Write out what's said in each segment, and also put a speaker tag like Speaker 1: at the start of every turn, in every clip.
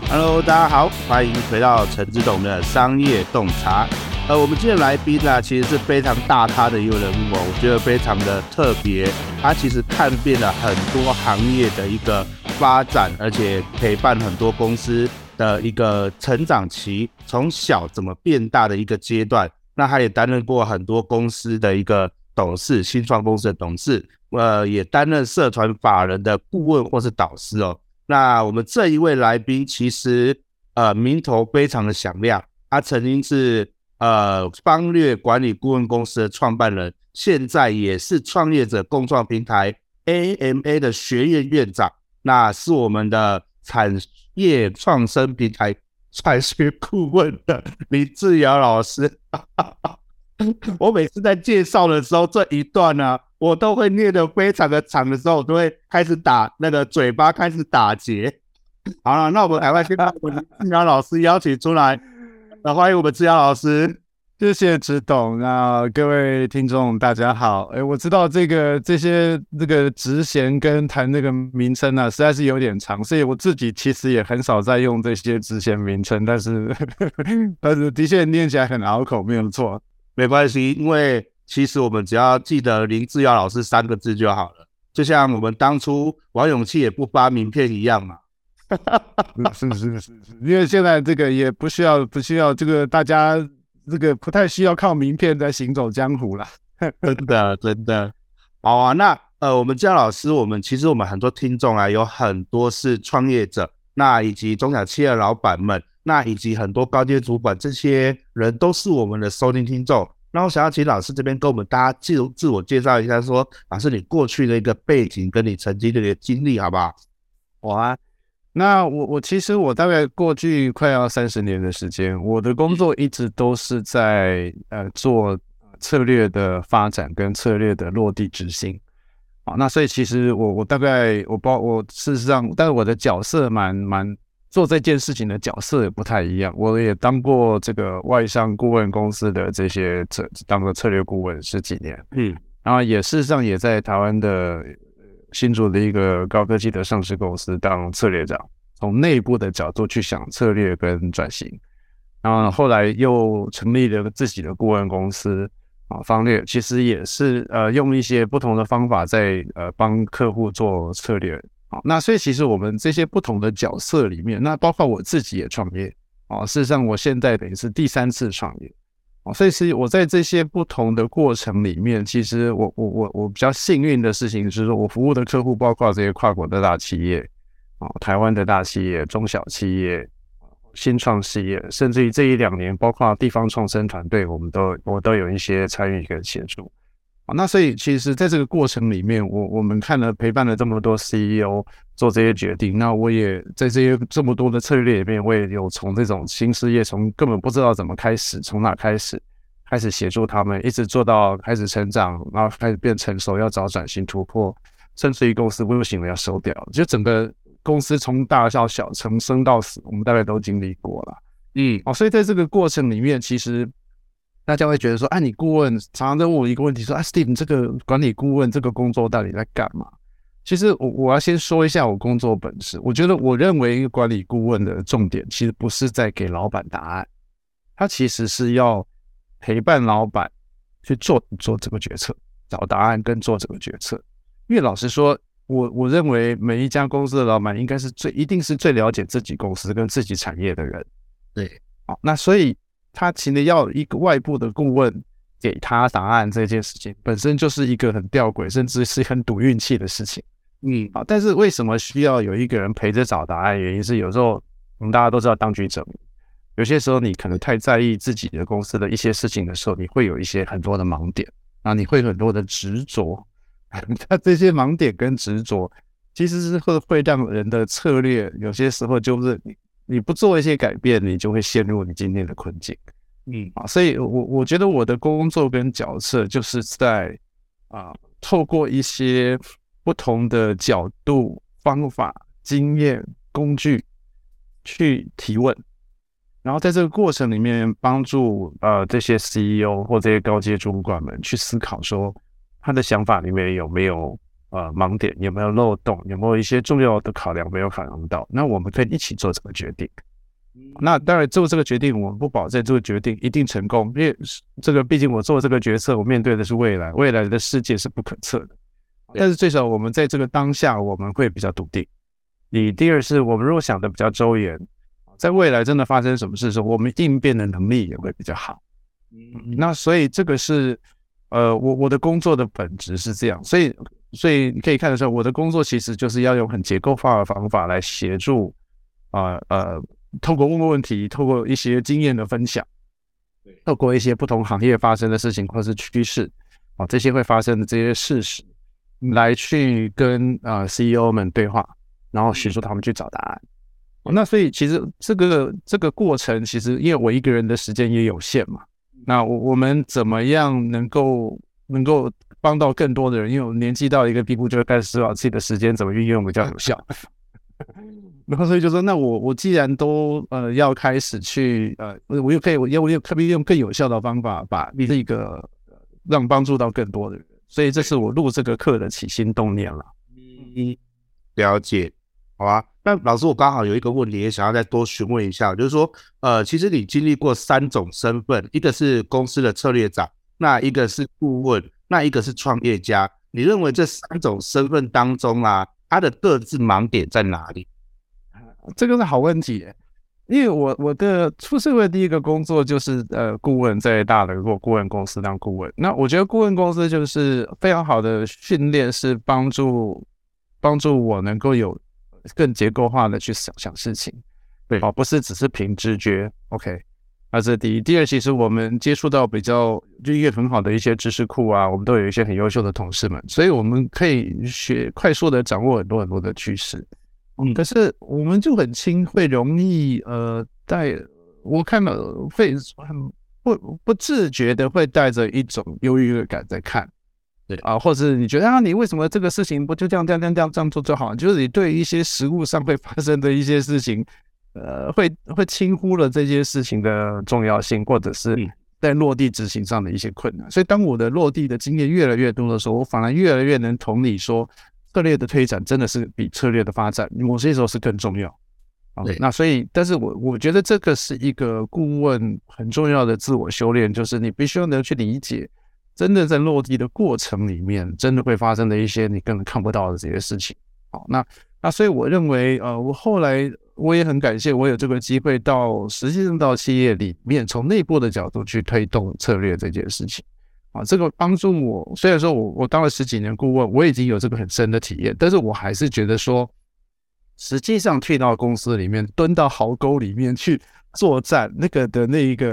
Speaker 1: Hello，大家好，欢迎回到陈志董的商业洞察。我们今天的来宾呢，其实是非常大咖的一个人物哦，我觉得非常的特别。他其实看遍了很多行业的一个发展，而且陪伴很多公司的一个成长期，从小怎么变大的一个阶段。那他也担任过很多公司的一个董事，新创公司的董事，也担任社团法人的顾问或是导师哦。那我们这一位来宾其实名头非常的响亮，他曾经是方略管理顾问公司的创办人，现在也是创业者共创平台 AMA 的学院院长，那是我们的产业创生平台产学顾问的林志尧老师。我每次在介绍的时候，这一段呢，我都会念得非常的长的时候，我都会开始打那个嘴巴开始打结。好了，那我们赶快先把我们志尧老师邀请出来，欢迎我们志尧老师。
Speaker 2: 谢谢指董。那各位听众大家好。我知道这些职衔跟谈这个名称啊，实在是有点长，所以我自己其实也很少在用这些职衔名称，但是的确念起来很拗口，没有错。
Speaker 1: 没关系，因为其实我们只要记得林志尧老师3个字就好了，就像我们当初王永庆也不发名片一样嘛。
Speaker 2: 是，因为现在这个也不需要这个大家这个不太需要靠名片在行走江湖啦。
Speaker 1: 真的。好啊，那我们志尧老师，其实我们很多听众啊，有很多是创业者，那以及中小企业的老板们，那以及很多高阶主管，这些人都是我们的收听听众。那我想要请老师这边跟我们大家自我介绍一下，说老师你过去的一个背景跟你曾经的一个经历好不好？
Speaker 2: 好啊。那我其实大概过去快要30年的时间，我的工作一直都是在做策略的发展跟策略的落地执行。好，那所以其实我大概我事实上，但是我的角色蛮做这件事情的角色也不太一样。我也当过这个外商顾问公司的这些当过策略顾问10几年，然后也事实上也在台湾的新竹的一个高科技的上市公司当策略长，从内部的角度去想策略跟转型。然后后来又成立了自己的顾问公司方略，其实也是用一些不同的方法在帮客户做策略。那所以其实我们这些不同的角色里面，那包括我自己也创业事实上我现在等于是第3次创业所以是我在这些不同的过程里面，其实我比较幸运的事情就是说，我服务的客户包括这些跨国的大企业台湾的大企业、中小企业、新创企业，甚至于这1-2年包括地方创生团队，我都有一些参与跟协助。那所以其实在这个过程里面，我们陪伴了这么多 CEO 做这些决定，那我也在这么多的策略里面，我也有从这种新事业，从根本不知道怎么开始，从哪开始协助他们，一直做到开始成长，然后开始变成熟，要找转型突破，甚至于公司不行了要收掉，就整个公司从大到小，从生到死，我们大概都经历过了。所以在这个过程里面，其实大家会觉得说，你顾问常常在问我一个问题说，Steve 这个管理顾问这个工作到底在干嘛？其实我要先说一下我工作本质。我认为一个管理顾问的重点其实不是在给老板答案，他其实是要陪伴老板去做这个决策，找答案跟做这个决策。因为老实说，我认为每一家公司的老板一定是最了解自己公司跟自己产业的人。
Speaker 1: 对，
Speaker 2: 那所以他其实要一个外部的顾问给他答案，这件事情本身就是一个很吊诡，甚至是很赌运气的事情。但是为什么需要有一个人陪着找答案？原因是有时候我们大家都知道当局者迷，有些时候你可能太在意自己的公司的一些事情的时候，你会有很多的盲点，然后你会有很多的执着。那这些盲点跟执着其实是会让人的策略有些时候就是你不做一些改变，你就会陷入你今天的困境。所以我觉得我的工作跟角色就是在透过一些不同的角度、方法、经验、工具去提问，然后在这个过程里面帮助这些 CEO 或这些高阶主管们去思考说他的想法里面有没有盲点，有没有漏洞，有没有一些重要的考量没有考量到，那我们可以一起做这个决定。那当然做这个决定，我们不保证这个决定一定成功，因为这个毕竟我做这个决策，我面对的是未来，未来的世界是不可测的。但是最少我们在这个当下，我们会比较笃定。第二是我们如果想的比较周延，在未来真的发生什么事的时候，我们应变的能力也会比较好。那所以这个是我的工作的本质是这样，所以你可以看得出来，我的工作其实就是要用很结构化的方法来协助透过问问题，透过一些经验的分享，透过一些不同行业发生的事情或是趋势这些会发生的这些事实，来去跟CEO 们对话，然后协助他们去找答案。那所以其实这个过程，其实因为我一个人的时间也有限嘛，那我们怎么样能够帮到更多的人？因为我年纪到一个地步，就会开始思考自己的时间怎么运用比较有效。然后所以就说，那我既然都要开始去我又可以用更有效的方法把这个让帮助到更多的人，所以这是我录这个课的起心动念了。
Speaker 1: 了解，好啊。那老师，我刚好有一个问题也想要再多询问一下，就是说其实你经历过3种身份，一个是公司的策略长，那一个是顾问，那一个是创业家。你认为这3种身份当中它的各自盲点在哪里？
Speaker 2: 这个是好问题耶，因为我的出社会第一个工作就是顾问，在大的顾问公司当顾问。那我觉得顾问公司就是非常好的训练，是帮助我能够有更结构化的去想事情，对，不是只是凭直觉。OK， 那这是第一。第二，其实我们接触到就一个很好的一些知识库我们都有一些很优秀的同事们，所以我们可以快速的掌握很多很多的趋势。可是我们就会容易我看到会很不自觉的会带着一种优越感在看，对或者你觉得你为什么这个事情不就这样做就好？就是你对一些实务上会发生的一些事情，会轻忽了这些事情的重要性，或者是在落地执行上的一些困难。所以当我的落地的经验越来越多的时候，我反而越来越能同理说，策略的推展真的是比策略的发展某些时候是更重要。那所以，但是我觉得这个是一个顾问很重要的自我修炼，就是你必须要能去理解，真的在落地的过程里面，真的会发生的一些你根本看不到的这些事情。那所以我认为，我后来我也很感谢我有这个机会实际上到企业里面，从内部的角度去推动策略这件事情。这个帮助我，虽然说我当了10几年顾问，我已经有这个很深的体验，但是我还是觉得说，实际上去到公司里面，蹲到壕沟里面去作战，那个的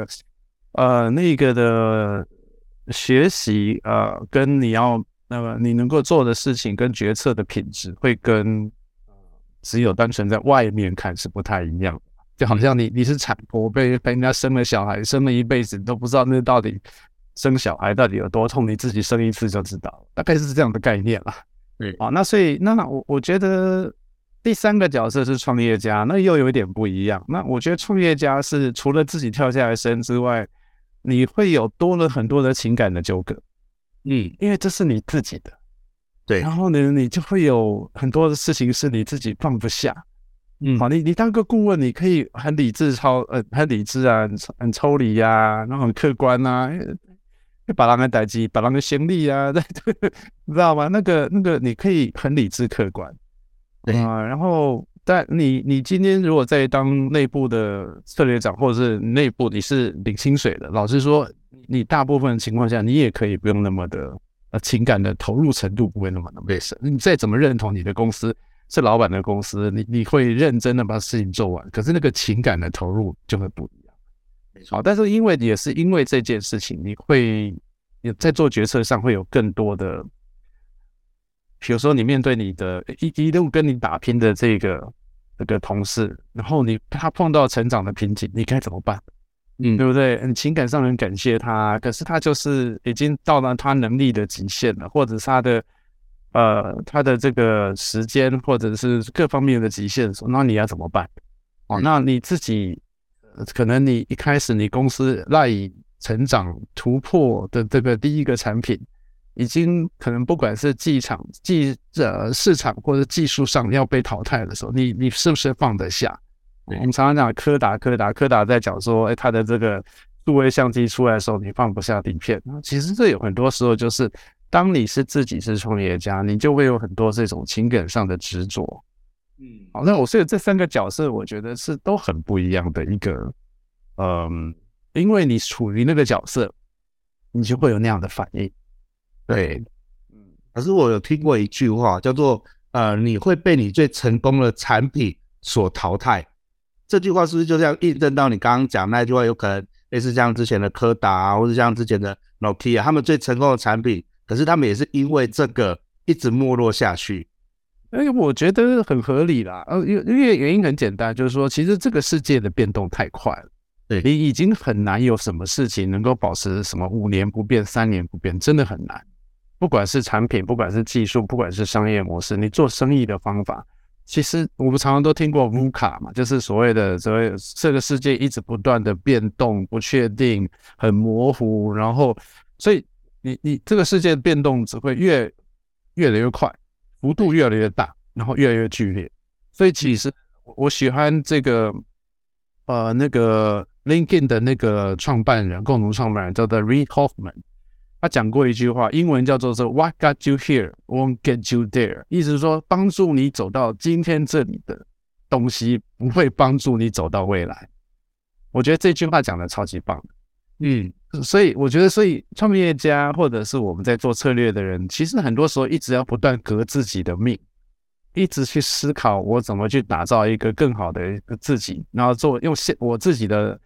Speaker 2: 学习跟你能够做的事情跟决策的品质，会跟只有单纯在外面看是不太一样的。就好像你是产婆被人家生了小孩，生了一辈子，你都不知道那到底生小孩到底有多痛，你自己生一次就知道了，大概是这样的概念啦。那所以我觉得第3个角色是创业家，那又有一点不一样。那我觉得创业家是除了自己跳下来生之外，你会有多了很多的情感的纠葛，因为这是你自己的，对。然后呢，你就会有很多的事情是你自己放不下。你当个顾问，你可以很理智很理智很抽离然后很客观把人的代志，把人的行李你知道吗？那个你可以很理智客观，然后但你今天如果在当内部的策略长，或者是内部你是领薪水的，老实说，你大部分的情况下，你也可以不用那么的情感的投入程度不会那么深。你再怎么认同你的公司是老板的公司，你会认真的把事情做完，可是那个情感的投入就会不一样。但是也是因为这件事情，你会在做决策上会有更多的，比如说你面对你的一路跟你打拼的这个同事，然后他碰到成长的瓶颈，你该怎么办？对不对？你情感上很感谢他，可是他就是已经到了他能力的极限了，或者是他的这个时间或者是各方面的极限的时候，那你要怎么办？那你自己可能你一开始你公司赖以成长突破的这个第一个产品， 已经可能不管是市场或者技术上要被淘汰的时候，你是不是放得下？我们常常讲柯达在讲说，他的这个数位相机出来的时候，你放不下底片。其实这有很多时候就是，当你是自己是创业家，你就会有很多这种情感上的执着。好，那所以这3个角色，我觉得是都很不一样的一个，因为你处于那个角色，你就会有那样的反应。对，
Speaker 1: 可是我有听过一句话，叫做你会被你最成功的产品所淘汰。这句话是不是就这样印证到你刚刚讲那句话？有可能类似像之前的柯达啊，或者像之前的 Nokia， 他们最成功的产品，可是他们也是因为这个一直没落下去。
Speaker 2: 我觉得很合理啦，因为原因很简单，就是说，其实这个世界的变动太快了，
Speaker 1: 对，
Speaker 2: 你已经很难有什么事情能够保持什么5年不变、3年不变，真的很难。不管是产品，不管是技术，不管是商业模式，你做生意的方法，其实我们常常都听过 VUCA 嘛，就是所谓这个世界一直不断的变动、不确定、很模糊，然后所以你这个世界的变动只会越来越快。幅度越来越大，然后越来越剧烈，所以其实我喜欢这个那个 LinkedIn 的那个共同创办人叫做 Reid Hoffman， 他讲过一句话，英文叫做 What got you here won't get you there， 意思是说帮助你走到今天这里的东西不会帮助你走到未来。我觉得这句话讲的超级棒的。所以我觉得，所以创业家或者是我们在做策略的人，其实很多时候一直要不断革自己的命，一直去思考我怎么去打造一个更好的一个自己，然后用我自己的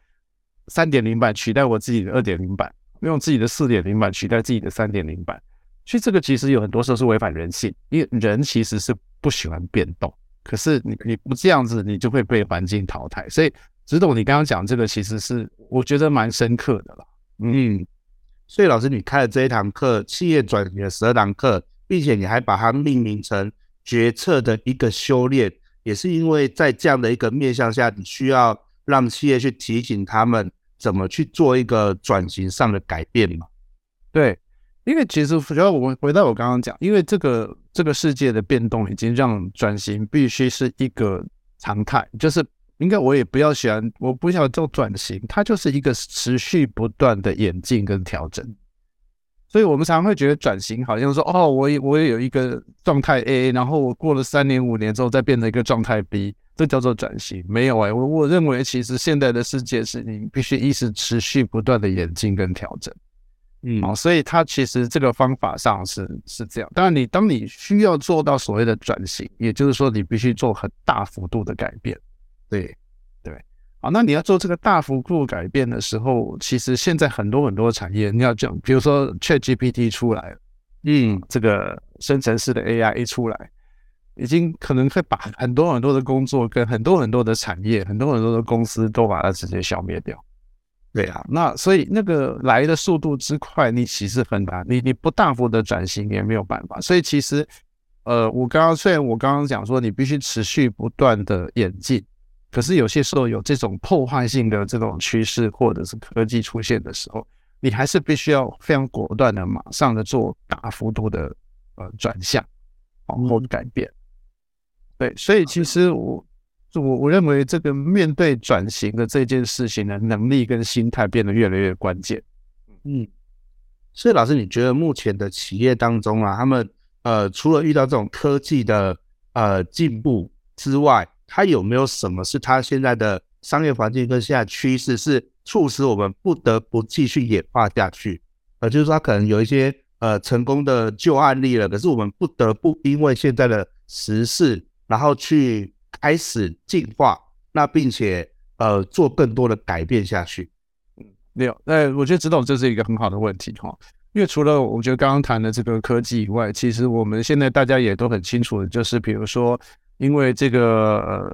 Speaker 2: 3.0 版取代我自己的 2.0 版，用自己的 4.0 版取代自己的 3.0 版。所以这个其实有很多时候是违反人性，因为人其实是不喜欢变动，可是你不这样子，你就会被环境淘汰。所以直董你刚刚讲这个其实是我觉得蛮深刻的啦。
Speaker 1: 所以老师你开了这一堂课企业转型的12堂课，并且你还把它命名成决策的一个修炼，也是因为在这样的一个面向下，你需要让企业去提醒他们怎么去做一个转型上的改变嘛。
Speaker 2: 对，因为其实我觉得我们回到我刚刚讲，因为这个世界的变动已经让转型必须是一个常态，就是应该我也不要喜欢，我不想做转型，它就是一个持续不断的演进跟调整。所以我们常常会觉得转型好像说，我也有一个状态 A， 然后我过了3年5年之后再变成一个状态 B， 这叫做转型。没有我认为其实现在的世界是你必须一直持续不断的演进跟调整。所以它其实这个方法上是这样。当然当你需要做到所谓的转型，也就是说你必须做很大幅度的改变。对，好，那你要做这个大幅度改变的时候，其实现在很多产业，你要讲，比如说 ChatGPT 出来了，这个生成式的 AI 一出来，已经可能会把很多的工作跟很多的产业、很多的公司都把它直接消灭掉。对啊，那所以那个来的速度之快，你其实很难，你不大幅的转型也没有办法。所以其实，虽然我刚刚讲说你必须持续不断的演进。可是有些时候有这种破坏性的这种趋势或者是科技出现的时候，你还是必须要非常果断的马上的做大幅度的转向或改变。对，所以其实我认为这个面对转型的这件事情的能力跟心态变得越来越关键。
Speaker 1: 所以老师你觉得目前的企业当中啊，他们除了遇到这种科技的进步之外，它有没有什么是它现在的商业环境跟现在趋势是促使我们不得不继续演化下去？就是说它可能有一些成功的旧案例了，可是我们不得不因为现在的时事，然后去开始进化，那并且做更多的改变下去。
Speaker 2: 我觉得指导这是一个很好的问题哈，因为除了我觉得刚刚谈的这个科技以外，其实我们现在大家也都很清楚的，就是比如说。因为这个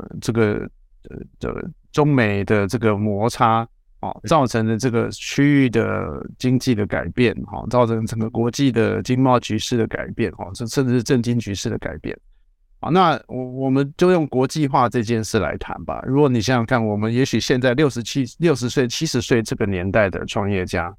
Speaker 2: 中美的这个摩擦造成的这个区域的经济的改变造成整个国际的经贸局势的改变甚至是政经局势的改变那我们就用国际化这件事来谈吧。如果你想想看，我们也许现在60岁70岁这个年代的创业家，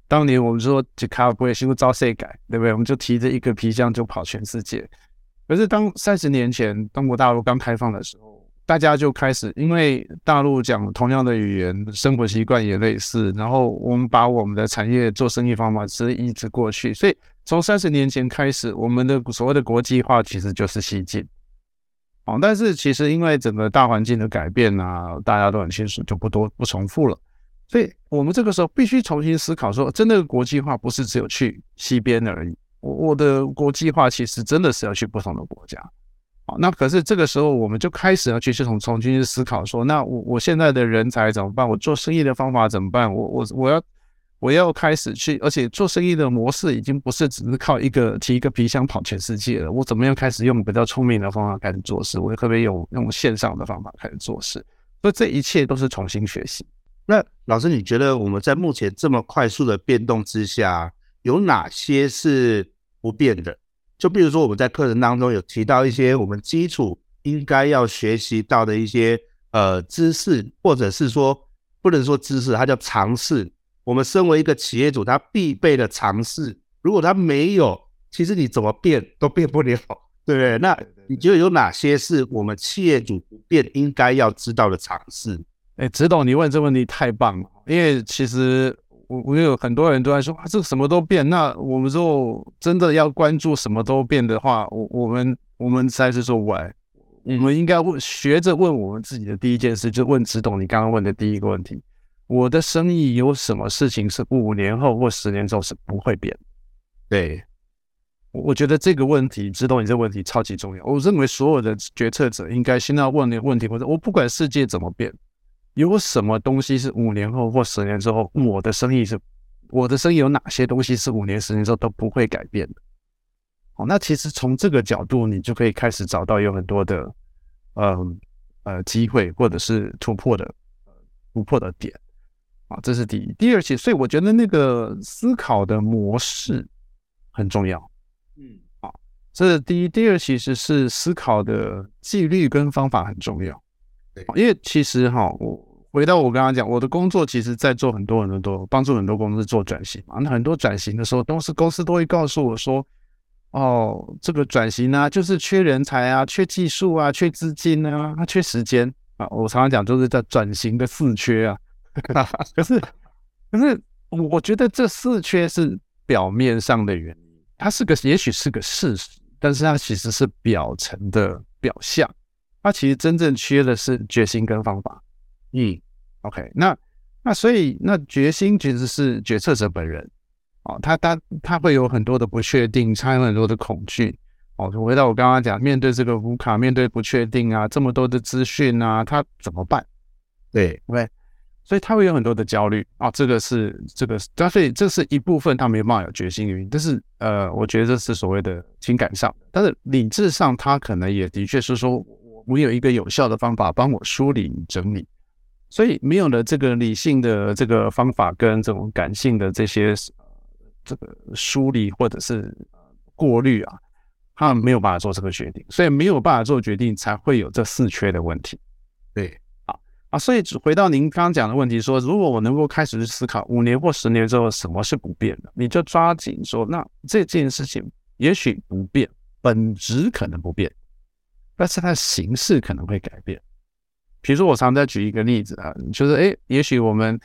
Speaker 2: 当年我们说一卡不会修招谁改，对不对？我们就提着一个皮箱就跑全世界。可是当30年前中国大陆刚开放的时候，大家就开始，因为大陆讲同样的语言，生活习惯也类似，然后我们把我们的产业做生意方法是移植过去，所以从30年前开始，我们的所谓的国际化其实就是西进。但是其实因为整个大环境的改变啊，大家都很清楚，就不重复了。所以我们这个时候必须重新思考说，真的国际化不是只有去西边而已，我的国际化其实真的是要去不同的国家。那可是这个时候我们就开始要去重新去思考说，那我现在的人才怎么办？我做生意的方法怎么办？我要开始去，而且做生意的模式已经不是只是靠提一个皮箱跑全世界了。我怎么样开始用比较聪明的方法开始做事？我可不可以用线上的方法开始做事？所以这一切都是重新学习。
Speaker 1: 那老师，你觉得我们在目前这么快速的变动之下，有哪些是不变的？就比如说我们在课程当中有提到一些我们基础应该要学习到的一些知识，或者是说不能说知识，它叫常识。我们身为一个企业主，他必备的常识，如果他没有，其实你怎么变都变不了，对不对？那你觉得有哪些是我们企业主不变应该要知道的常识？
Speaker 2: 直董，你问这问题太棒了，因为其实我有很多人都在说这什么都变，那我们说真的要关注什么都变的话，我们实在是说不来。我们应该学着问我们自己的第一件事，就问直董你刚刚问的第一个问题：我的生意有什么事情是5年后或10年之后是不会变？
Speaker 1: 对，
Speaker 2: 我觉得这个问题，直董你这个问题超级重要。我认为所有的决策者应该先要问的问题，或者我不管世界怎么变，有什么东西是5年后或10年之后，我的生意有哪些东西是5年10年之后都不会改变的？那其实从这个角度，你就可以开始找到有很多的机会或者是突破的点这是第一。第二，所以我觉得那个思考的模式很重要。这是第一。第二，其实是思考的纪律跟方法很重要。因为其实我回到我刚刚讲，我的工作其实在做很多帮助很多公司做转型嘛。那很多转型的时候，公司都会告诉我说，这个转型啊，就是缺人才啊，缺技术啊，缺资金啊，缺时间啊。我常常讲，就是在转型的4缺啊。可是我觉得这4缺是表面上的原因，它也许是个事实，但是它其实是表层的表象。它其实真正缺的是决心跟方法。OK， 那所以那决心其实是决策者本人他会有很多的不确定，他有很多的恐惧回到我刚刚讲，面对这个无卡，面对不确定啊，这么多的资讯啊，他怎么办？
Speaker 1: 对
Speaker 2: ，OK， 所以他会有很多的焦虑所以这是一部分他没有办法有决心的原因。但是我觉得这是所谓的情感上，但是理智上他可能也的确是说，我有一个有效的方法帮我梳理整理。所以没有了这个理性的这个方法跟这种感性的这些这个梳理或者是过滤他没有办法做这个决定，所以没有办法做决定才会有这4缺的问题。
Speaker 1: 对，
Speaker 2: 所以回到您刚刚讲的问题说，如果我能够开始去思考5年或10年之后什么是不变的，你就抓紧说，那这件事情也许不变，本质可能不变，但是它的形式可能会改变。比如说我常在举一个例子就是也许我们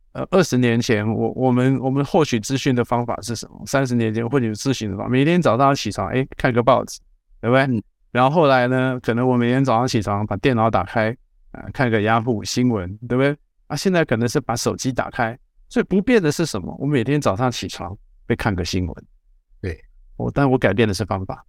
Speaker 2: 20年前我们获取资讯的方法是什么？30年前获取资讯的方法，每天早上起床看个报纸，对不对？然后后来呢，可能我每天早上起床把电脑打开看个雅虎新闻，对不对？现在可能是把手机打开，所以不变的是什么？我每天早上起床会看个新闻，
Speaker 1: 对，
Speaker 2: 但我改变的是方法。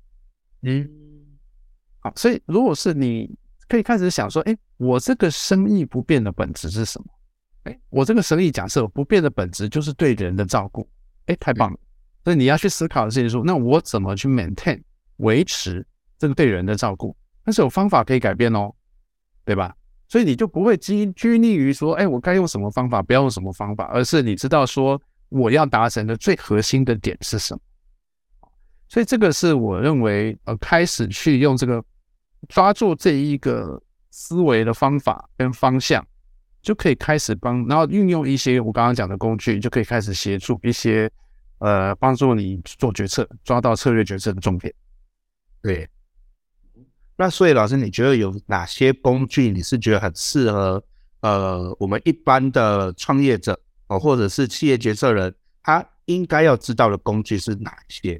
Speaker 2: 好，所以如果是你可以开始想说，我这个生意不变的本质是什么？我这个生意假设不变的本质就是对人的照顾，太棒了。所以你要去思考的事情说，那我怎么去 maintain 维持这个对人的照顾？但是有方法可以改变对吧？所以你就不会拘泥于说，我该用什么方法，不要用什么方法，而是你知道说我要达成的最核心的点是什么。所以这个是我认为开始去用这个抓住这一个思维的方法跟方向就可以开始然后运用一些我刚刚讲的工具，就可以开始协助一些帮助你做决策，抓到策略决策的重点。
Speaker 1: 对。那所以老师，你觉得有哪些工具你是觉得很适合我们一般的创业者或者是企业决策人，他应该要知道的工具是哪一些？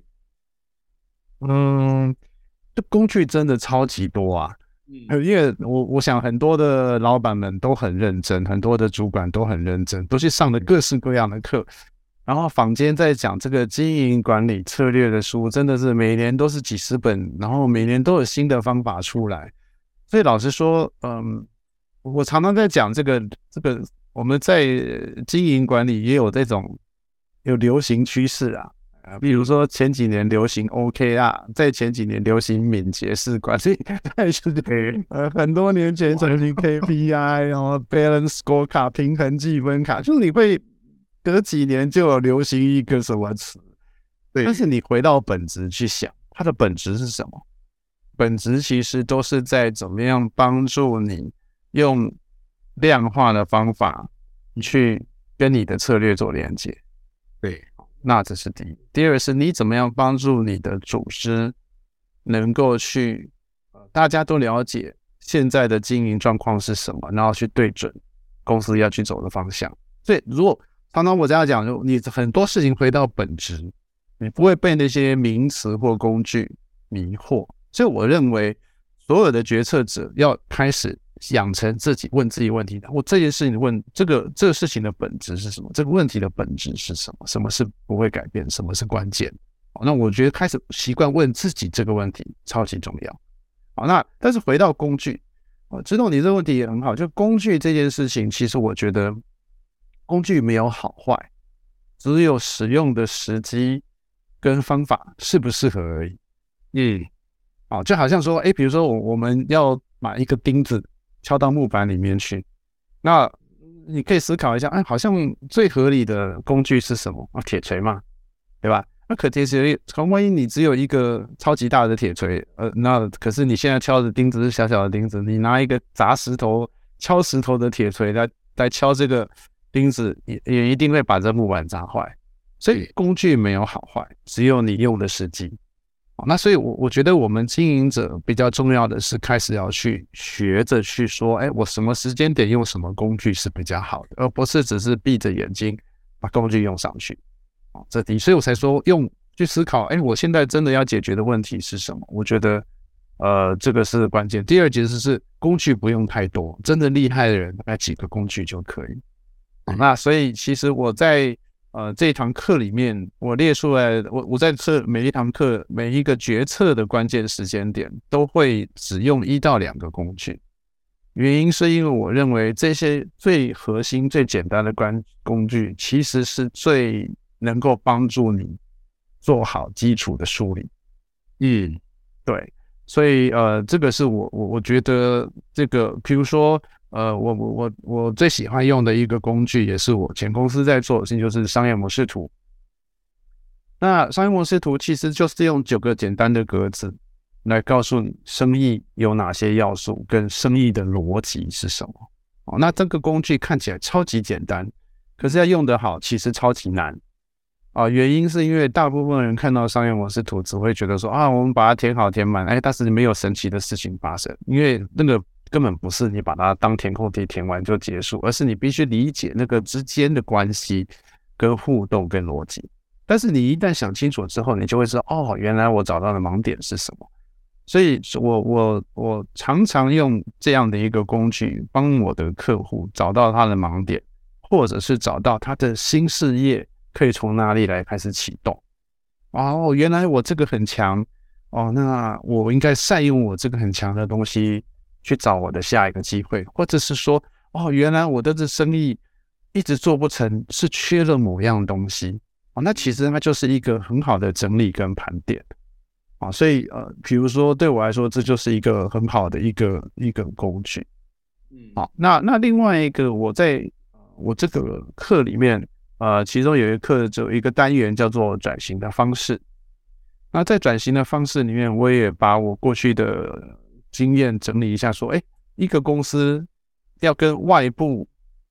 Speaker 2: 这工具真的超级多啊。因为我想很多的老板们都很认真，很多的主管都很认真，都去上了各式各样的课。然后坊间在讲这个经营管理策略的书，真的是每年都是几十本，然后每年都有新的方法出来。所以老实说，我常常在讲这个，我们在经营管理也有这种有流行趋势啊。比如说前几年流行 OKR， 在前几年流行敏捷式管理，很多年前流行 KPI， 然后 Balance Scorecard 平衡计分卡，就是你会隔几年就有流行一个什么词，但是你回到本质去想，它的本质是什么？本质其实都是在怎么样帮助你用量化的方法去跟你的策略做连接。
Speaker 1: 对。
Speaker 2: 那这是第一。第二是你怎么样帮助你的组织能够去大家都了解现在的经营状况是什么，然后去对准公司要去走的方向。所以如果常常我这样讲，你很多事情回到本质，你不会被那些名词或工具迷惑。所以我认为所有的决策者要开始养成自己问自己问题的，我这件事情问这个事情的本质是什么？这个问题的本质是什么？什么是不会改变？什么是关键？那我觉得开始习惯问自己这个问题超级重要。那但是回到工具，知道你这个问题也很好。就工具这件事情，其实我觉得工具没有好坏，只有使用的时机跟方法适不适合而已。就好像说，比如说我们要把一个钉子敲到木板里面去，那你可以思考一下，好像最合理的工具是什么？铁锤嘛，对吧？那铁锤，万一你只有一个超级大的铁锤，那可是你现在敲的钉子是小小的钉子，你拿一个敲石头的铁锤来敲这个钉子，也一定会把这木板砸坏。所以工具没有好坏，只有你用的时机。那所以我觉得我们经营者比较重要的是开始要去学着去说，我什么时间点用什么工具是比较好的，而不是只是闭着眼睛把工具用上去。所以我才说去思考，我现在真的要解决的问题是什么？我觉得这个是关键。第二其实是工具不用太多，真的厉害的人大概几个工具就可以。那所以其实我在这一堂课里面，我列出来，我在每一堂课每一个决策的关键时间点，都会只用1到2个工具。原因是因为我认为这些最核心、最简单的工具，其实是最能够帮助你做好基础的梳理。对，所以这个是我觉得这个，比如说。我最喜欢用的一个工具，也是我前公司在做的事情，就是商业模式图。那商业模式图其实就是用9个简单的格子来告诉你生意有哪些要素，跟生意的逻辑是什么。那这个工具看起来超级简单，可是要用得好，其实超级难。原因是因为大部分人看到商业模式图，只会觉得说我们把它填好填满，但是没有神奇的事情发生，因为那个根本不是你把它当填空题填完就结束，而是你必须理解那个之间的关系跟互动跟逻辑。但是你一旦想清楚之后，你就会知道原来我找到的盲点是什么。所以我常常用这样的一个工具帮我的客户找到他的盲点，或者是找到他的新事业可以从哪里来开始启动。原来我这个很强，那我应该善用我这个很强的东西去找我的下一个机会，或者是说原来我的这生意一直做不成，是缺了某样东西。那其实它就是一个很好的整理跟盘点。所以比如说对我来说，这就是一个很好的一个工具。那另外一个，我在我这个课里面其中有一课就有一个单元叫做转型的方式。那在转型的方式里面，我也把我过去的经验整理一下，说一个公司要跟外部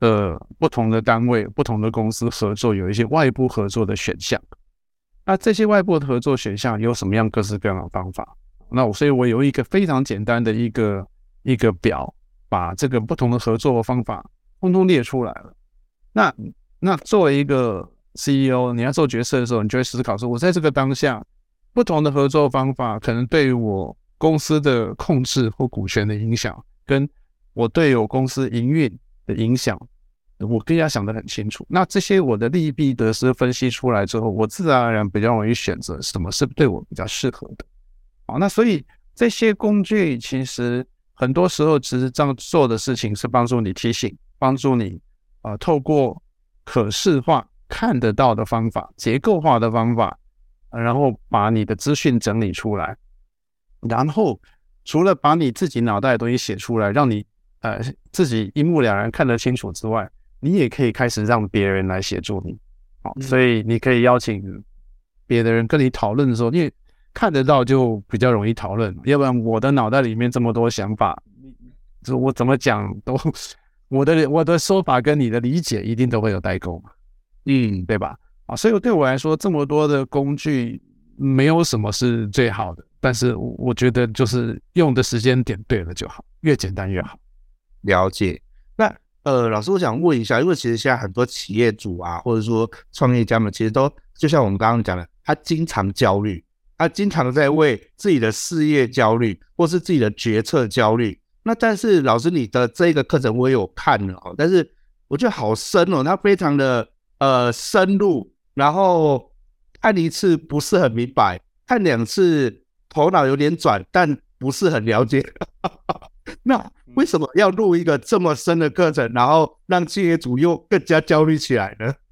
Speaker 2: 不同的单位、不同的公司合作，有一些外部合作的选项。那这些外部的合作选项有什么样各式各样的方法？所以我有一个非常简单的一个表，把这个不同的合作方法通通列出来了。那作为一个 CEO， 你要做决策的时候，你就会思考说，我在这个当下，不同的合作方法可能对于我公司的控制或股权的影响，跟我对我公司营运的影响，我更加想得很清楚。那这些我的利弊得失分析出来之后，我自然而然比较容易选择什么是对我比较适合的。好，那所以这些工具其实很多时候其实这样做的事情是帮助你提醒，帮助你透过可视化看得到的方法，结构化的方法，然后把你的资讯整理出来，然后除了把你自己脑袋的东西写出来，让你自己一目了然看得清楚之外，你也可以开始让别人来协助你。好，所以你可以邀请别的人跟你讨论的时候，因为看得到就比较容易讨论，要不然我的脑袋里面这么多想法，我怎么讲都我的说法跟你的理解一定都会有代沟嘛，对吧？所以对我来说，这么多的工具没有什么是最好的，但是我觉得就是用的时间点对了就好，越简单越好。
Speaker 1: 了解。那老师，我想问一下，因为其实现在很多企业主啊，或者说创业家们，其实都就像我们刚刚讲的，他经常焦虑，他经常在为自己的事业焦虑，或是自己的决策焦虑。那但是老师，你的这个课程我也有看了哦，但是我觉得好深哦，它非常的深入，然后看一次不是很明白，看两次头脑有点转，但不是很了解。那为什么要录一个这么深的课程，然后让企业主又更加焦虑起来呢？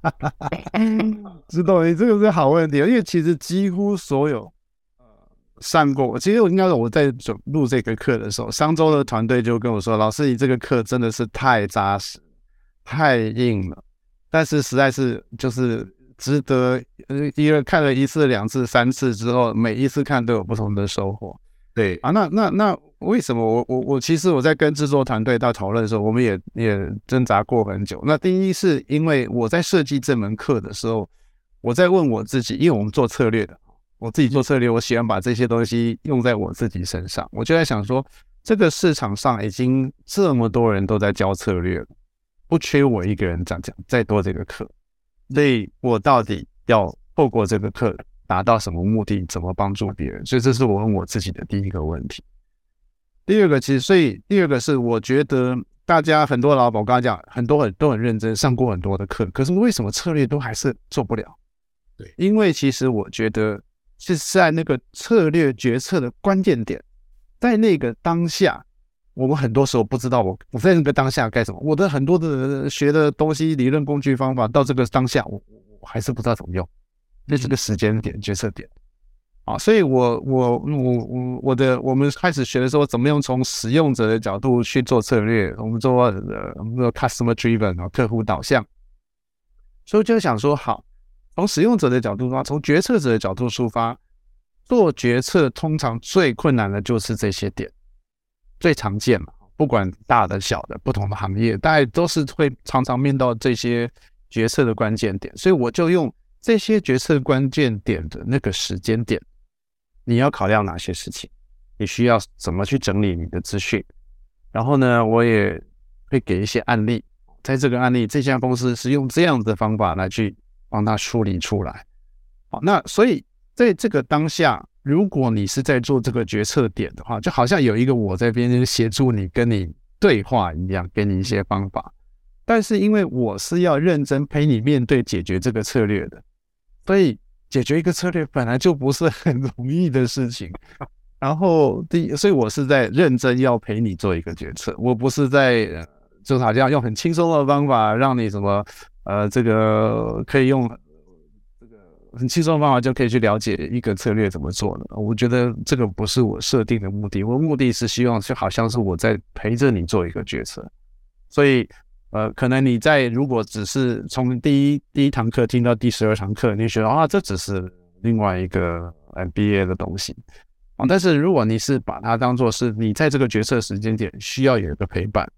Speaker 2: 知道你这个是好问题，因为其实几乎所有上过，其实应该是我在录这个课的时候，商周的团队就跟我说，老师你这个课真的是太扎实太硬了，但是实在是就是值得因为看了一次两次三次之后，每一次看都有不同的收获。
Speaker 1: 对
Speaker 2: 啊，那为什么我其实我在跟制作团队到讨论的时候，我们也挣扎过很久。那第一是因为我在设计这门课的时候，我在问我自己，因为我们做策略的，我自己做策略，我喜欢把这些东西用在我自己身上。我就在想说，这个市场上已经这么多人都在教策略了，不缺我一个人讲再多这个课，所以我到底要透过这个课达到什么目的，怎么帮助别人？所以这是我问我自己的第一个问题。第二个第二个是我觉得大家很多老板，我刚才讲很多人都很认真上过很多的课，可是为什么策略都还是做不了？
Speaker 1: 对，
Speaker 2: 因为其实我觉得是在那个策略决策的关键点，在那个当下，我们很多时候不知道我在那个当下该什么。我的很多的学的东西、理论、工具、方法，到这个当下，我还是不知道怎么用。在这个时间点、决策点。所以我们开始学的时候，怎么样从使用者的角度去做策略？我们做customer driven 客户导向。所以就想说，好，从使用者的角度出发，从决策者的角度出发，做决策通常最困难的就是这些点，最常见嘛。不管大的小的，不同的行业，大概都是会常常面到这些决策的关键点。所以我就用这些决策关键点的那个时间点，你要考量哪些事情，你需要怎么去整理你的资讯，然后呢，我也会给一些案例，在这个案例，这家公司是用这样的方法来去帮他梳理出来。好，那所以在这个当下，如果你是在做这个决策点的话，就好像有一个我在边协助你，跟你对话一样，给你一些方法。但是因为我是要认真陪你面对解决这个策略的，所以解决一个策略本来就不是很容易的事情。然后所以我是在认真要陪你做一个决策，我不是在就好像用很轻松的方法让你什么这个可以用这个很轻松的方法就可以去了解一个策略怎么做呢？我觉得这个不是我设定的目的，我的目的是希望就好像是我在陪着你做一个决策。所以可能你如果只是从第一堂课听到第12堂课，你觉得这只是另外一个 MBA 的东西。但是如果你是把它当作是你在这个决策时间点需要有一个陪伴，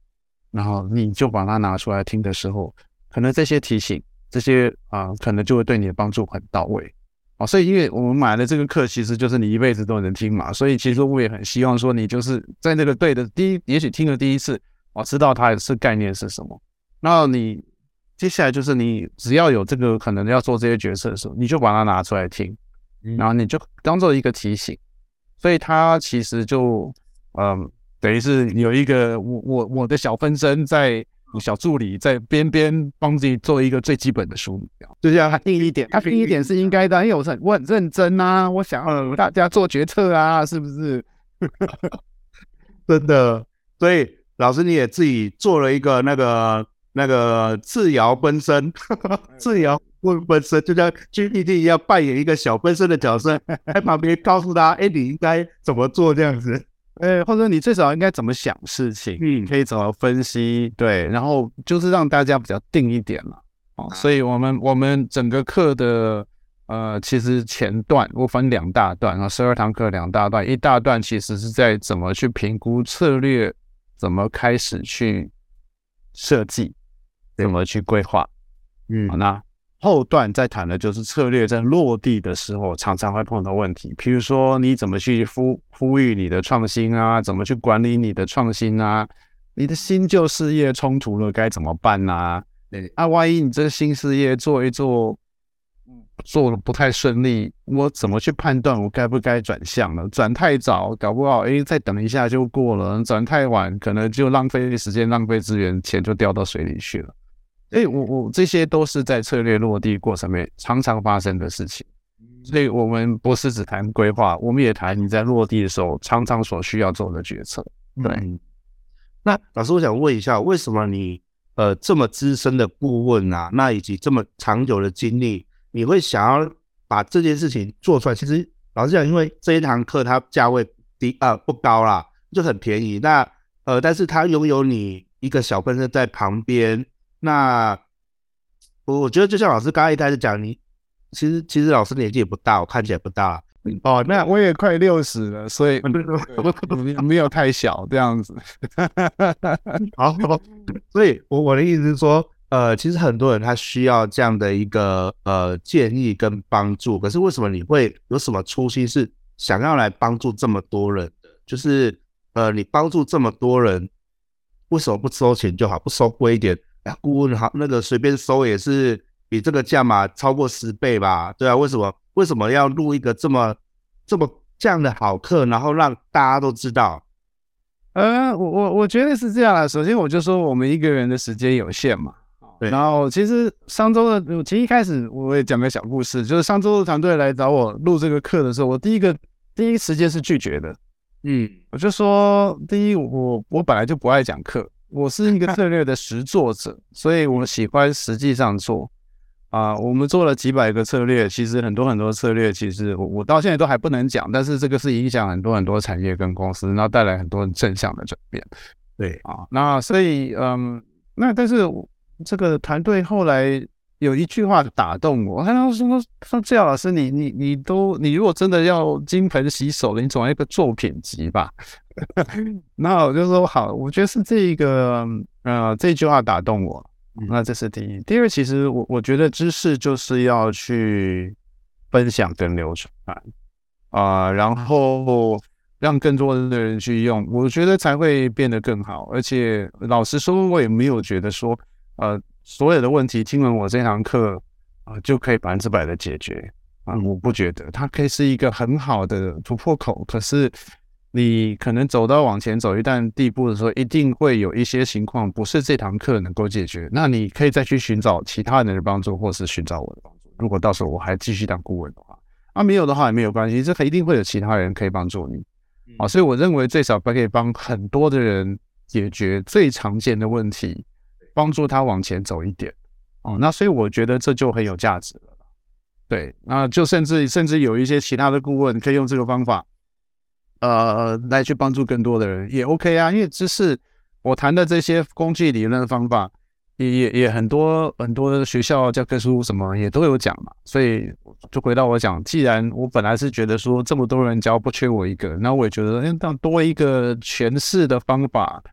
Speaker 2: 然后你就把它拿出来听的时候，可能这些提醒，这些可能就会对你的帮助很到位。所以因为我们买的这个课其实就是你一辈子都能听嘛，所以其实我也很希望说你就是在那个对的也许听了第一次，知道它是概念是什么，那你接下来就是你只要有这个可能要做这些决策的时候，你就把它拿出来听，然后你就当做一个提醒，所以它其实就等于是有一个我的小分身在小助理在边边帮自己做一个最基本的梳理，就像他定一点，他定一点是应该的，因为我很认真啊，我想要大家做决策啊，是不是？
Speaker 1: 真的，所以老师你也自己做了一个那个次摇分身，次摇分身就像 GPT 一样扮演一个小分身的角色，在旁边告诉他，你应该怎么做这样子。
Speaker 2: 或者你最少应该怎么想事情，可以怎么分析，对，然后就是让大家比较定一点嘛。所以我们整个课的其实前段我分2大段，12堂课2大段，一大段其实是在怎么去评估策略，怎么开始去设计，怎么去规划。那后段在谈的就是策略在落地的时候常常会碰到问题，比如说你怎么去呼吁你的创新啊，怎么去管理你的创新啊，你的新旧事业冲突了该怎么办啊？万一你这个新事业做一做的不太顺利，我怎么去判断我该不该转向了？转太早搞不好再等一下就过了，转太晚可能就浪费时间浪费资源，钱就掉到水里去了。我这些都是在策略落地过程面常常发生的事情，所以我们不是只谈规划，我们也谈你在落地的时候常常所需要做的决策。对，
Speaker 1: 那老师我想问一下，为什么你这么资深的顾问啊，那以及这么长久的经历，你会想要把这件事情做出来？其实老实讲，因为这一堂课它价位不高啦，就很便宜。那但是它拥有你一个小分身在旁边。那我觉得就像老师刚刚一开始讲，你其实老师年纪也不大，我看起来不大
Speaker 2: 那我也快60了，所以没有太小这样子。
Speaker 1: 好，所以我的意思是说，其实很多人他需要这样的一个建议跟帮助，可是为什么你会有什么初心是想要来帮助这么多人的？就是你帮助这么多人，为什么不收钱就好，不收贵一点？顾问好，那个随便收也是比这个价码超过10倍吧？对啊，为什么要录一个这样的好课，然后让大家都知道？
Speaker 2: 我觉得是这样啦。首先我就说我们一个人的时间有限嘛，对。然后其实上周的，其实一开始我也讲个小故事，就是上周的团队来找我录这个课的时候，我第一时间是拒绝的。我就说，第一，我本来就不爱讲课。我是一个策略的实作者，所以我喜欢实际上做我们做了几百个策略，其实很多策略，其实我到现在都还不能讲，但是这个是影响很多产业跟公司，然后带来很多正向的转变。
Speaker 1: 对
Speaker 2: 那所以那但是这个团队后来有一句话打动我，他说志尧老师，你如果真的要金盆洗手了，你总要一个作品集吧。那我就说好，我觉得是这句话打动我。那这是第一。第二，其实我觉得知识就是要去分享跟流传然后让更多的人去用，我觉得才会变得更好。而且老实说，我也没有觉得说所有的问题听完我这堂课就可以100%的解决我不觉得，它可以是一个很好的突破口，可是你可能往前走一段地步的时候，一定会有一些情况不是这堂课能够解决，那你可以再去寻找其他人的帮助，或是寻找我的帮助。如果到时候我还继续当顾问的话，没有的话也没有关系，这一定会有其他人可以帮助你所以我认为最少可以帮很多的人解决最常见的问题，帮助他往前走一点那所以我觉得这就很有价值了。对，那就甚至有一些其他的顾问可以用这个方法来去帮助更多的人也 OK 因为知识我谈的这些工具理论的方法也很多学校教科书什么也都有讲嘛，所以就回到我讲，既然我本来是觉得说这么多人教不缺我一个，那我也觉得那多一个诠释的方法，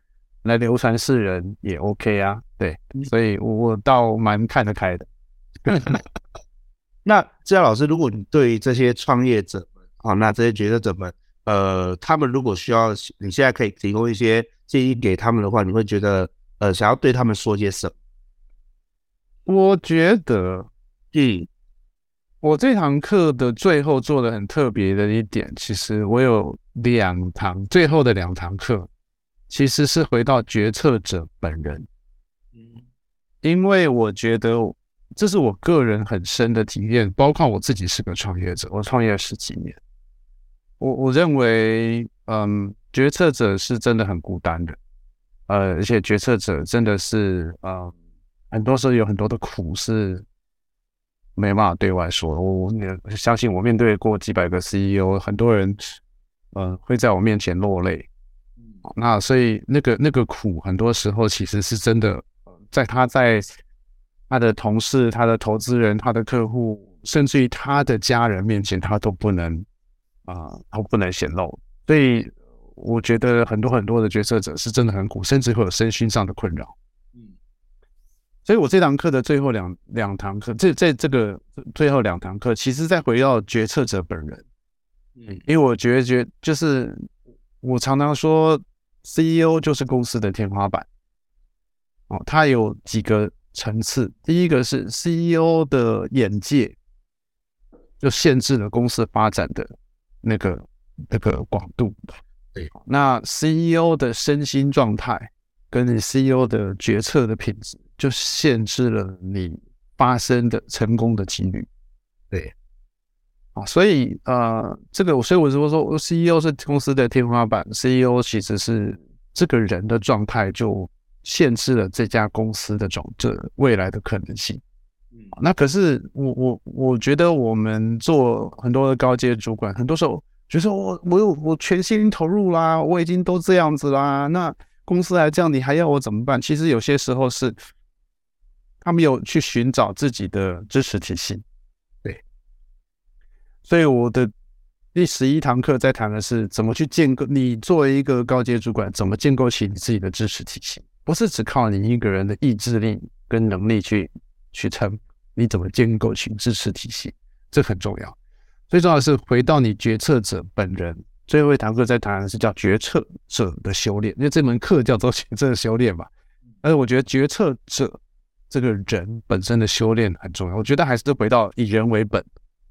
Speaker 2: 来流传世人也 OK 啊，对，所以我倒蛮看得开的。
Speaker 1: 那志尧老师，如果你对这些创业者们，那这些决策者们，他们如果需要，你现在可以提供一些建议给他们的话，你会觉得，想要对他们说些什么？
Speaker 2: 我觉得，我这堂课的最后做的很特别的一点，其实我有最后的2堂课，其实是回到决策者本人。因为我觉得这是我个人很深的体验，包括我自己是个创业者，我创业了10几年。我认为，决策者是真的很孤单的，而且决策者真的是，很多时候有很多的苦是没办法对外说的。我相信我面对过几百个 CEO， 很多人，会在我面前落泪。那所以那个苦，很多时候其实是真的，在他的同事、他的投资人、他的客户，甚至于他的家人面前，他都不能显露。所以我觉得很多的决策者是真的很苦，甚至会有身心上的困扰。所以我这堂课的最后两堂课，这个最后2堂课，其实在回到决策者本人。因为我觉得就是我常常说 ，CEO 就是公司的天花板。它有几个层次。第一个是 CEO 的眼界，就限制了公司发展的那个广度。
Speaker 1: 对，
Speaker 2: 那 CEO 的身心状态跟你 CEO 的决策的品质，就限制了你发生的成功的几率。
Speaker 1: 对，
Speaker 2: 所以所以我说 CEO 是公司的天花板 ，CEO 其实是这个人的状态就限制了这家公司的这未来的可能性。那可是我觉得我们做很多的高阶主管，很多时候觉得我全心投入啦，我已经都这样子啦，那公司还这样，你还要我怎么办？其实有些时候是他们有去寻找自己的支持体系。对，所以我的第11堂课在谈的是怎么去建构，你作为一个高阶主管，怎么建构起你自己的支持体系，不是只靠你一个人的意志力跟能力去撑，你怎么建构起支持体系，这很重要。最重要的是回到你决策者本人。最后一堂课在谈的是叫决策者的修炼，因为这门课叫做决策修炼嘛。而我觉得决策者这个人本身的修炼很重要。我觉得还是回到以人为本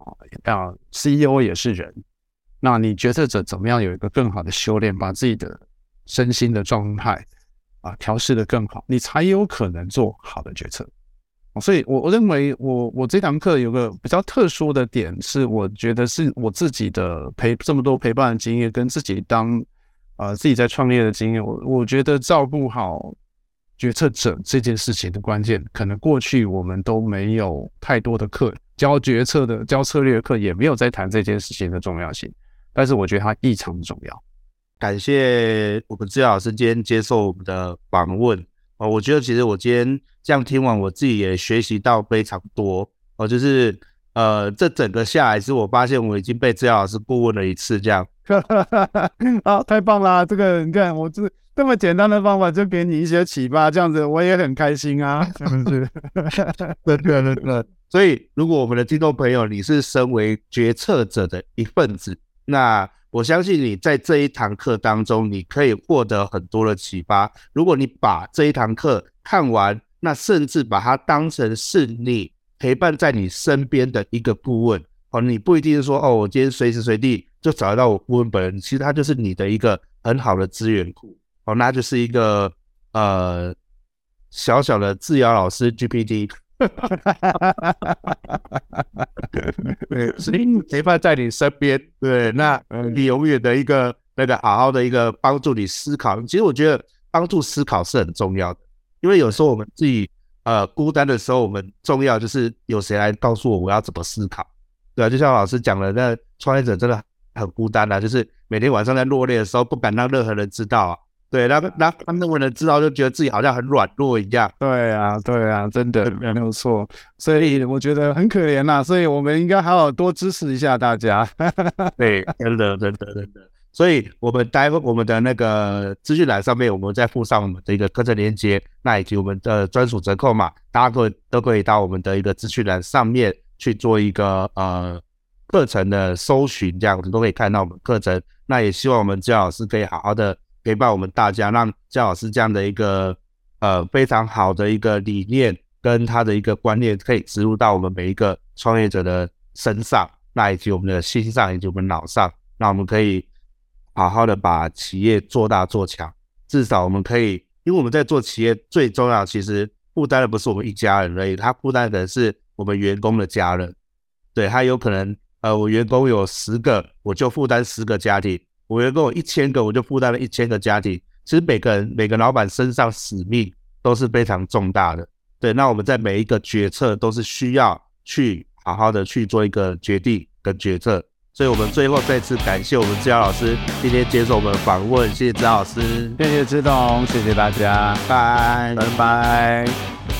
Speaker 2: ，CEO 也是人，那你决策者怎么样有一个更好的修炼，把自己的身心的状态调试得更好，你才有可能做好的决策。所以我认为我这堂课有个比较特殊的点是，我觉得是我自己的这么多陪伴的经验，跟自己自己在创业的经验，我觉得照顾好决策者这件事情的关键，可能过去我们都没有太多的课教策略课，也没有在谈这件事情的重要性，但是我觉得它异常的重要。
Speaker 1: 感谢我们志尧老师今天接受我们的访问。我觉得其实我今天这样听完，我自己也学习到非常多。就是这整个下来，是我发现我已经被志尧老师过问了1次这样。
Speaker 2: 好，太棒啦！这个你看，我这么简单的方法就给你一些启发，这样子我也很开心啊，是不是？
Speaker 1: 对。所以，如果我们的听众朋友你是身为决策者的一份子，那我相信你在这一堂课当中，你可以获得很多的启发。如果你把这一堂课看完，那甚至把它当成是你陪伴在你身边的一个顾问，你不一定是说我今天随时随地就找得到我顾问本人，其实他就是你的一个很好的资源库。那就是一个小小的志尧老师 GPT。对，是陪伴在你身边。对，那你永远的一个好好的一个帮助你思考。其实我觉得帮助思考是很重要的，因为有时候我们自己孤单的时候，我们重要就是有谁来告诉我要怎么思考。对啊，就像老师讲的，那创业者真的很孤单啊，就是每天晚上在落泪的时候不敢让任何人知道啊。对，那任何人知道就觉得自己好像很软弱一样。
Speaker 2: 对啊，真的没有错。所以我觉得很可怜啦，所以我们应该好好多支持一下大家。
Speaker 1: 对，真的。 所以我们待会我们的那个资讯栏上面，我们再附上我们的一个课程连结，那以及我们的专属折扣码，大家都可以到我们的一个资讯栏上面去做一个课程的搜寻，这样子都可以看到我们课程。那也希望我们焦老师可以好好的陪伴我们大家，让焦老师这样的一个非常好的一个理念跟他的一个观念，可以植入到我们每一个创业者的身上，那以及我们的心上，以及我们脑上，那我们可以好好的把企业做大做强。至少我们可以，因为我们在做企业最重要，其实负担的不是我们一家人而已，他负担的是我们员工的家人。对，他有可能我员工有10个，我就负担10个家庭；我员工有1000个，我就负担了1000个家庭。其实每个老板身上使命都是非常重大的。对，那我们在每一个决策都是需要去好好的去做一个决定跟决策。所以我们最后再次感谢我们志尧老师今天接受我们的访问，谢谢志尧老师，
Speaker 2: 谢谢志董，谢谢大家，
Speaker 1: 拜
Speaker 2: 拜拜。